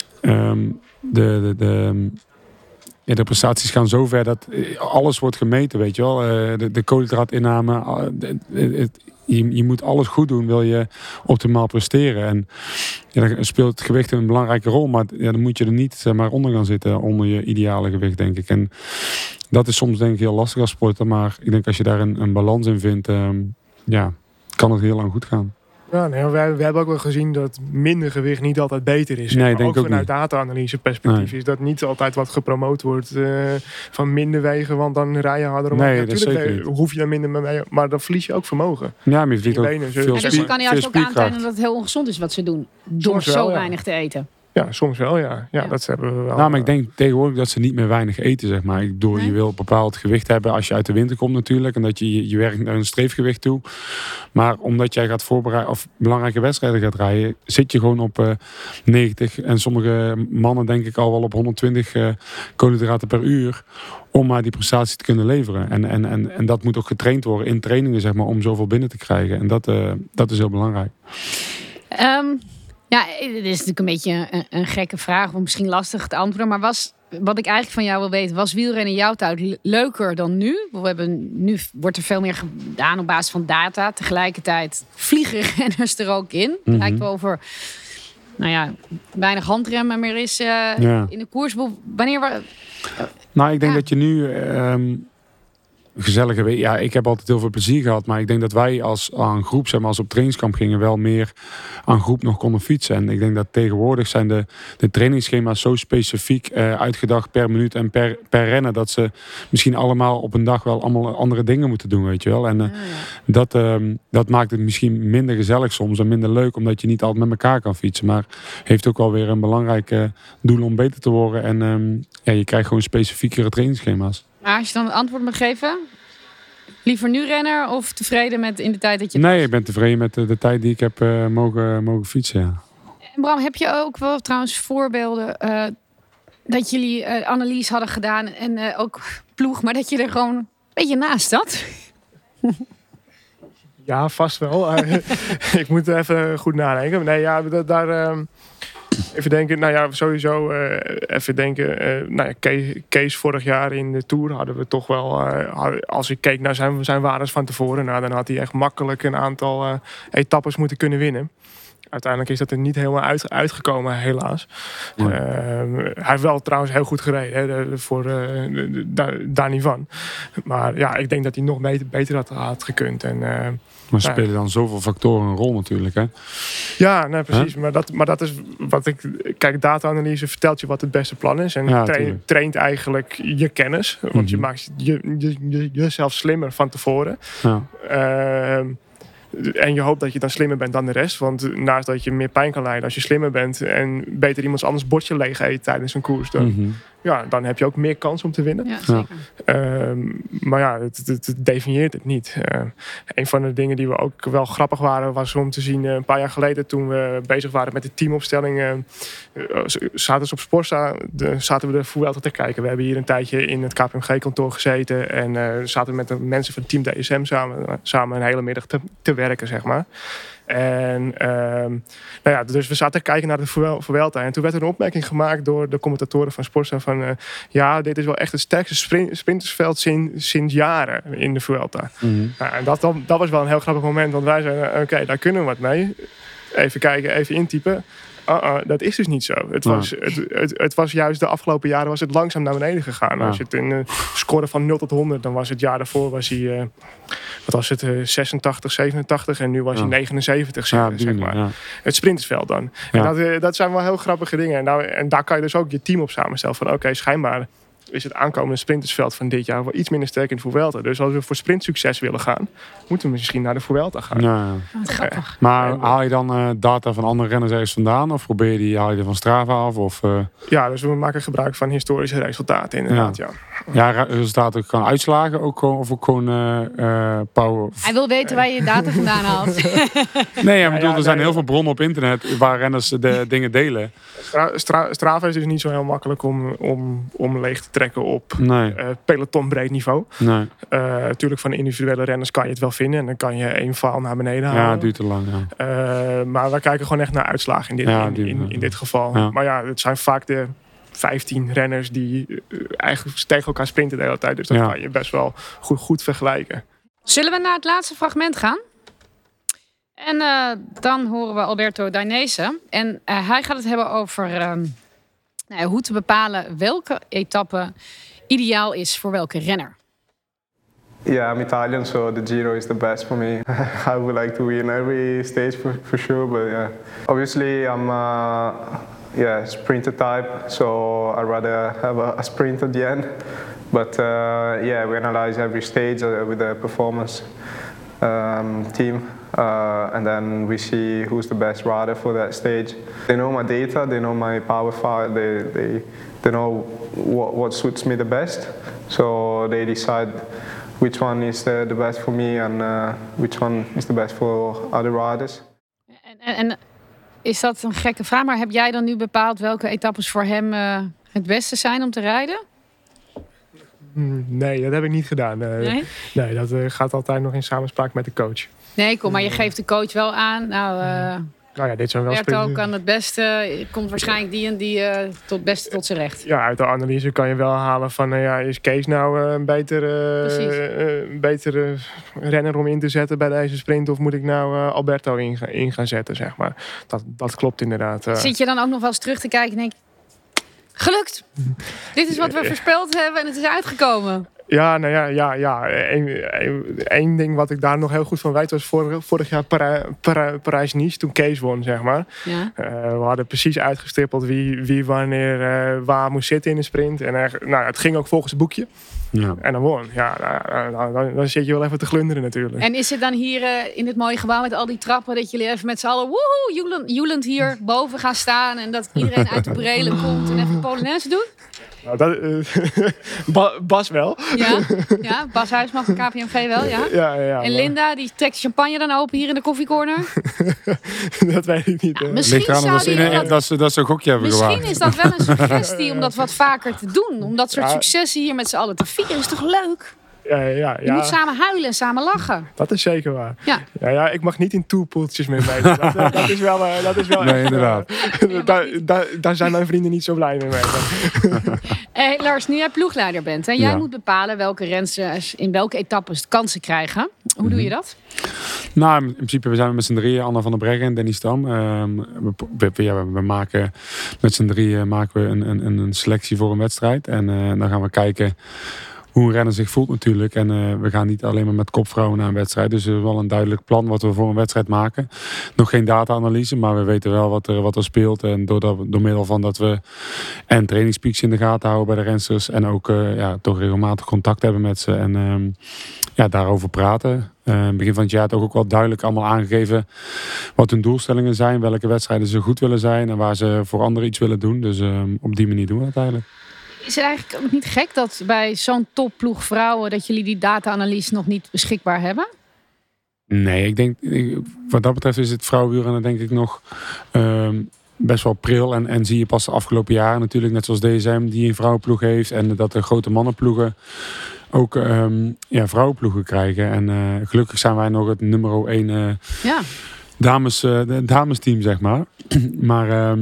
de prestaties gaan zo ver dat alles wordt gemeten, weet je wel. De koolhydraatinname, je moet alles goed doen, wil je optimaal presteren. En dan speelt het gewicht een belangrijke rol, maar dan moet je er niet zeg maar, onder gaan zitten, onder je ideale gewicht, denk ik. En dat is soms denk ik heel lastig als sporter, maar ik denk als je daar een balans in vindt, kan het heel lang goed gaan. Ja, nee, we hebben ook wel gezien dat minder gewicht niet altijd beter is. Nee, maar denk ook ook vanuit niet. data-analyse perspectief is dat niet altijd wat gepromoot wordt van minder wegen, want dan rij je harder omhoog. Nee, dat zeker niet. Hoef je er minder mee, maar dan verlies je ook vermogen. Ja, maar je verliest ook benen, veel zo- En dus je kan juist ook spierkracht. aantonen dat het heel ongezond is wat ze doen. Door Soms wel, zo ja. weinig te eten. Ja, soms wel, ja. Ja. Dat hebben we wel. Nou, maar ik denk tegenwoordig dat ze niet meer weinig eten, zeg maar. Ik bedoel, Nee. je wil een bepaald gewicht hebben als je uit de winter komt natuurlijk. En dat je werkt naar een streefgewicht toe. Maar omdat jij gaat voorbereiden of belangrijke wedstrijden gaat rijden, zit je gewoon op 90. En sommige mannen denk ik al wel op 120 koolhydraten per uur. Om maar die prestatie te kunnen leveren. En dat moet ook getraind worden in trainingen, zeg maar, om zoveel binnen te krijgen. En dat is heel belangrijk. Ja, dit is natuurlijk een beetje een gekke vraag, of misschien lastig te antwoorden. Maar wat ik eigenlijk van jou wil weten, was wielrennen in jouw tijd leuker dan nu? Nu wordt er veel meer gedaan op basis van data. Tegelijkertijd vliegen renners er ook in. Het lijkt wel over weinig handremmen meer is in de koers. Nou, ik denk dat je nu gezellige week. Ja, ik heb altijd heel veel plezier gehad. Maar ik denk dat wij als groep, zeg maar, als we op trainingskamp gingen, wel meer aan groep nog konden fietsen. En ik denk dat tegenwoordig zijn de trainingsschema's zo specifiek uitgedacht per minuut en per rennen, dat ze misschien allemaal op een dag wel allemaal andere dingen moeten doen, weet je wel. En dat maakt het misschien minder gezellig soms en minder leuk, omdat je niet altijd met elkaar kan fietsen. Maar heeft ook wel weer een belangrijk doel om beter te worden. En je krijgt gewoon specifiekere trainingsschema's. Maar als je dan een antwoord mag geven, liever nu renner of tevreden met in de tijd dat je... Nee, ik ben tevreden met de tijd die ik heb mogen fietsen, ja. En Bram, heb je ook wel trouwens voorbeelden dat jullie analyse hadden gedaan en ook ploeg, maar dat je er gewoon een beetje naast zat? Ja, vast wel. Ik moet even goed nadenken. Nee, ja, daar... Even denken, sowieso even denken. Kees vorig jaar in de Tour hadden we toch wel... als ik keek naar zijn waardes van tevoren, dan had hij echt makkelijk een aantal etappes moeten kunnen winnen. Uiteindelijk is dat er niet helemaal uitgekomen, helaas. Ja. Hij heeft wel trouwens heel goed gereden, daar niet van. Maar ja, ik denk dat hij nog beter had gekund. Maar spelen dan zoveel factoren een rol natuurlijk, hè? Ja, nee, precies. Huh? Maar dat is wat ik... Kijk, data-analyse vertelt je wat het beste plan is. En traint eigenlijk je kennis. Want je maakt jezelf slimmer van tevoren. Ja. En je hoopt dat je dan slimmer bent dan de rest. Want naast dat je meer pijn kan lijden als je slimmer bent en beter iemands anders bordje leeg eet tijdens een koers, dan heb je ook meer kans om te winnen. Ja, zeker. Maar ja, het definieert het niet. Een van de dingen die we ook wel grappig waren, was om te zien een paar jaar geleden toen we bezig waren met de teamopstelling. Zaten op Sporza, zaten we de Vuelta te kijken. We hebben hier een tijdje in het KPMG-kantoor gezeten en zaten we met de mensen van Team DSM samen een hele middag te werken, zeg maar. En dus we zaten te kijken naar de Vuelta. En toen werd er een opmerking gemaakt door de commentatoren van Sporza van... dit is wel echt het sterkste sprintersveld sinds jaren in de Vuelta. En dat was wel een heel grappig moment. Want wij zeiden, oké, daar kunnen we wat mee. Even kijken, even intypen. Dat is dus niet zo. Het was juist de afgelopen jaren was het langzaam naar beneden gegaan. Als je het in scoren van 0 tot 100, dan was het jaar daarvoor was hij, 86, 87 en nu was hij 79, zeg maar. Ja. Het sprintersveld dan. Ja. En dat zijn wel heel grappige dingen. En daar kan je dus ook je team op samenstellen van oké, schijnbaar is het aankomende sprintersveld van dit jaar wel iets minder sterk in de Vuelta. Dus als we voor sprintsucces willen gaan, moeten we misschien naar de Vuelta gaan. Ja. Maar haal je dan data van andere renners ergens vandaan? Of haal je er van Strava af? Of, Ja, dus we maken gebruik van historische resultaten inderdaad, Ja, resultaten ook gewoon uitslagen ook gewoon, of ook gewoon power? Hij wil weten waar je data vandaan haalt. Nee, er zijn heel veel bronnen op internet waar renners de dingen delen. Strava is dus niet zo heel makkelijk om leeg te trekken op pelotonbreed niveau. Nee. Natuurlijk van individuele renners kan je het wel vinden en dan kan je 1 faal naar beneden halen. Ja, het duurt te lang. Maar wij kijken gewoon echt naar uitslagen in dit geval. Ja. Maar ja, het zijn vaak de 15 renners die eigenlijk tegen elkaar sprinten de hele tijd. Dus dat kan je best wel goed vergelijken. Zullen we naar het laatste fragment gaan? En dan horen we Alberto Dainese. En hij gaat het hebben over hoe te bepalen welke etappe ideaal is voor welke renner. Yeah, I'm Italian, so the Giro is the best for me. I would like to win every stage for sure, but yeah. Obviously, I'm sprinter type, so I'd rather have a sprint at the end. But we analyze every stage with the performance team. And then we see who's the best rider for that stage. They know my data, they know my power file, they know what suits me the best. So they decide which one is the best for me and which one is the best for other riders. En is dat een gekke vraag, maar heb jij dan nu bepaald welke etappes voor hem het beste zijn om te rijden? Nee, dat heb ik niet gedaan. Nee, dat gaat altijd nog in samenspraak met de coach. Nee, maar je geeft de coach wel aan. Dit zijn wel Alberto kan het beste, komt waarschijnlijk die en die tot beste tot zijn recht. Ja, uit de analyse kan je wel halen van, is Kees nou een betere renner om in te zetten bij deze sprint? Of moet ik nou Alberto in gaan zetten, zeg maar. Dat klopt inderdaad. Zit je dan ook nog wel eens terug te kijken en denk gelukt! Dit is wat we voorspeld hebben en het is uitgekomen. Ja, Eén ding wat ik daar nog heel goed van weet was vorig jaar Parijs-Nice, toen Kees won, zeg maar. Ja. We hadden precies uitgestippeld wie wanneer waar moest zitten in de sprint. En het ging ook volgens het boekje. Ja. En dan won. Ja, dan zit je wel even te glunderen natuurlijk. En is het dan hier in dit mooie gebouw met al die trappen dat jullie even met z'n allen joelend hier boven gaan staan en dat iedereen uit de brelen komt en even Polonaise doet? Bas wel. Ja, Bas Huisman van KPMG wel, ja. Ja, en Linda, die trekt de champagne dan open hier in de koffiecorner? Dat weet ik niet. Misschien dat ze een gokje hebben Misschien is dat wel een suggestie om dat wat vaker te doen. Om dat soort successen hier met z'n allen te vieren. Is toch leuk? Je moet samen huilen en samen lachen. Dat is zeker waar. Ja, ik mag niet in tourpoeltjes mee meedoen. Dat is wel nee, inderdaad. Daar zijn mijn vrienden niet zo blij mee. Lars, nu jij ploegleider bent en jij moet bepalen welke renners in welke etappes kansen krijgen. Hoe doe je dat? Nou, in principe we zijn met z'n drieën, Anna van der Breggen en Danny Stam. We maken met z'n drieën een selectie voor een wedstrijd. En dan gaan we kijken hoe een renner zich voelt natuurlijk. En we gaan niet alleen maar met kopvrouwen naar een wedstrijd. Dus er is wel een duidelijk plan wat we voor een wedstrijd maken. Nog geen data-analyse, maar we weten wel wat er speelt. En door middel van dat we en trainingspeaks in de gaten houden bij de rensters. En ook toch regelmatig contact hebben met ze. En daarover praten. Begin van het jaar ook wel duidelijk allemaal aangegeven wat hun doelstellingen zijn. Welke wedstrijden ze goed willen zijn. En waar ze voor anderen iets willen doen. Dus op die manier doen we dat eigenlijk. Is het eigenlijk ook niet gek dat bij zo'n topploeg vrouwen dat jullie die data-analyse nog niet beschikbaar hebben? Nee, ik denk wat dat betreft is het vrouwenwielrennen denk ik nog best wel pril. En zie je pas de afgelopen jaren natuurlijk, net zoals DSM die een vrouwenploeg heeft. En dat de grote mannenploegen ook vrouwenploegen krijgen. En gelukkig zijn wij nog het nummer 1 damesteam, zeg maar. Maar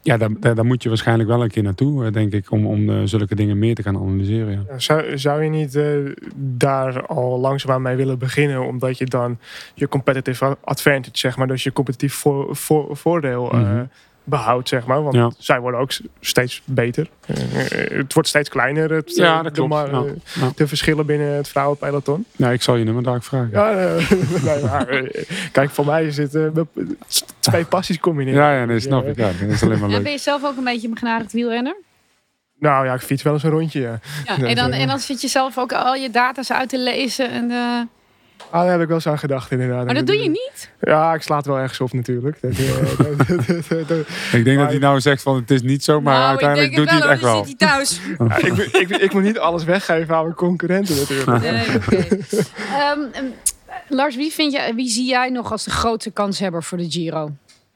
Ja, daar moet je waarschijnlijk wel een keer naartoe, denk ik, om zulke dingen meer te gaan analyseren. Ja. Zou je niet daar al langzaamaan mee willen beginnen, omdat je dan je competitive advantage, zeg maar, dus je competitief voordeel behoudt, zeg maar. Want zij worden ook steeds beter. Het wordt steeds kleiner, dat klopt. De verschillen binnen het vrouwenpeloton. Nou, ik zal je nummer daar vragen. Ja, kijk, voor mij is het 2 passies combineren. Ja, nee, snap ik. Ja, dat is alleen maar leuk. En ben je zelf ook een beetje een begenadigd wielrenner? Nou ja, ik fiets wel eens een rondje, ja. En dan zit je zelf ook al je data's uit te lezen en... Daar heb ik wel eens aan gedacht, inderdaad. Maar dat doe je niet? Ja, ik sla het wel ergens op natuurlijk. Ik denk dat hij nou zegt van het is niet zo, maar uiteindelijk doet hij het echt wel. Zit hij thuis. Ik moet niet alles weggeven aan mijn concurrenten natuurlijk. Nee, okay. Lars, wie zie jij nog als de grootste kanshebber voor de Giro?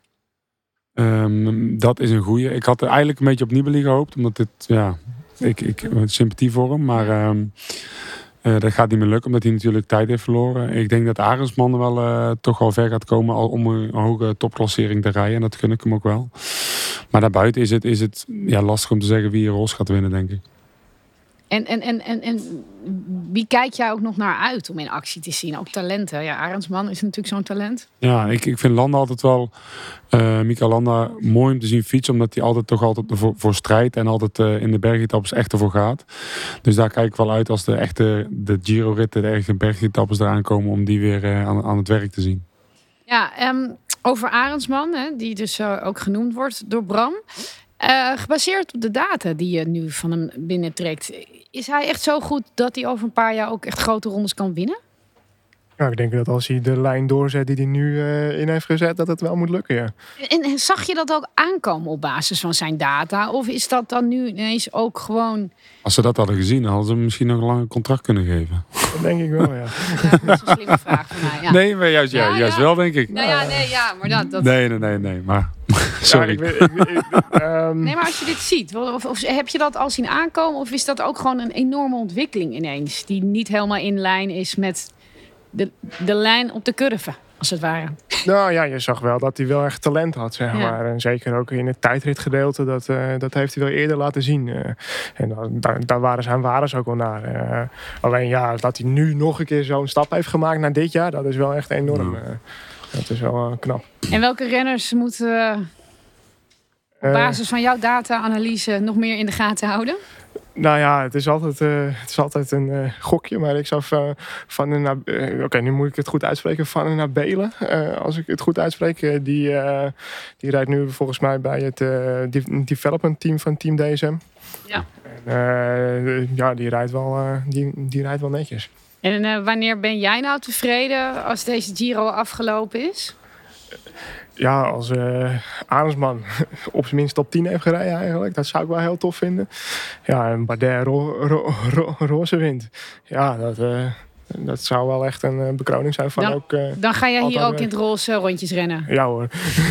Dat is een goeie. Ik had er eigenlijk een beetje op Nibali gehoopt, omdat ik heb sympathie voor hem, maar... dat gaat niet meer lukken, omdat hij natuurlijk tijd heeft verloren. Ik denk dat Arendsman wel toch wel ver gaat komen om een hoge topklassering te rijden. En dat gun ik hem ook wel. Maar daarbuiten is het lastig om te zeggen wie Ros gaat winnen, denk ik. En wie kijk jij ook nog naar uit om in actie te zien? Ook talenten. Ja, Arendsman is natuurlijk zo'n talent. Ja, ik vind Landa altijd wel... Mikael Landa mooi om te zien fietsen. Omdat hij altijd voor strijdt. En altijd in de bergetappes echt ervoor gaat. Dus daar kijk ik wel uit als de Giro-ritten, de echte bergetappes eraan komen. Om die weer aan het werk te zien. Ja, over Arendsman, die dus ook genoemd wordt door Bram. Gebaseerd op de data die je nu van hem binnentrekt. Is hij echt zo goed dat hij over een paar jaar ook echt grote rondes kan winnen? Ja, ik denk dat als hij de lijn doorzet die hij nu in heeft gezet, dat het wel moet lukken, ja. En zag je dat ook aankomen op basis van zijn data? Of is dat dan nu ineens ook gewoon... Als ze dat hadden gezien, dan hadden ze hem misschien nog een langer contract kunnen geven. Dat denk ik wel, ja. Dat is een slimme vraag van mij. Ja. Nee, maar juist wel, denk ik. Maar dat... Nee, maar... Sorry. Nee, maar als je dit ziet, of heb je dat al zien aankomen? Of is dat ook gewoon een enorme ontwikkeling ineens? Die niet helemaal in lijn is met de lijn op de curve, als het ware. Nou ja, je zag wel dat hij wel echt talent had, zeg maar. En zeker ook in het tijdritgedeelte, dat heeft hij wel eerder laten zien. En daar waren zijn waardes ook wel naar. Alleen dat hij nu nog een keer zo'n stap heeft gemaakt naar dit jaar, dat is wel echt enorm. Dat is wel knap. En welke renners moeten op basis van jouw data-analyse nog meer in de gaten houden? Nou ja, het is altijd een gokje. Maar ik zou van naar... Oké, nu moet ik het goed uitspreken. Van naar Belen, als ik het goed uitspreek. Die rijdt nu volgens mij bij het development team van Team DSM. Ja. En, die rijdt wel netjes. En wanneer ben jij nou tevreden als deze Giro afgelopen is? Ja, als Arendsman op zijn minst top 10 heeft gereden eigenlijk. Dat zou ik wel heel tof vinden. Ja, en Bardet roze wint. Ja, dat zou wel echt een bekroning zijn van dan ga jij hier ook in het roze rondjes rennen? Ja hoor.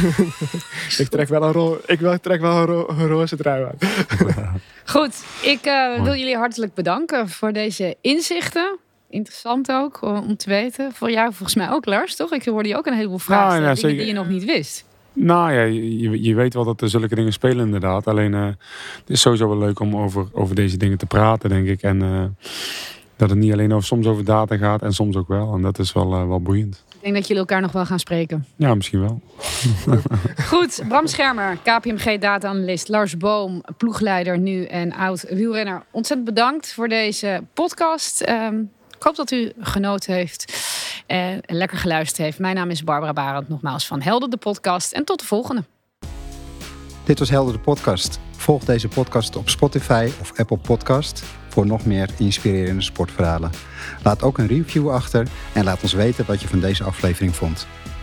Ik trek wel een roze trui aan. Goed, ik wil jullie hartelijk bedanken voor deze inzichten. Interessant ook om te weten. Voor jou volgens mij ook, Lars, toch? Ik hoorde je ook een heleboel vragen dingen die je nog niet wist. Nou ja, je weet wel dat er zulke dingen spelen inderdaad. Alleen het is sowieso wel leuk om over deze dingen te praten, denk ik. En dat het niet alleen soms over data gaat en soms ook wel. En dat is wel boeiend. Ik denk dat jullie elkaar nog wel gaan spreken. Ja, misschien wel. Goed, Bram Schermer, KPMG data-analyst, Lars Boom, ploegleider nu en oud wielrenner. Ontzettend bedankt voor deze podcast. Ik hoop dat u genoten heeft en lekker geluisterd heeft. Mijn naam is Barbara Barend, nogmaals van Helder de podcast. En tot de volgende. Dit was Helder de podcast. Volg deze podcast op Spotify of Apple Podcast voor nog meer inspirerende sportverhalen. Laat ook een review achter en laat ons weten wat je van deze aflevering vond.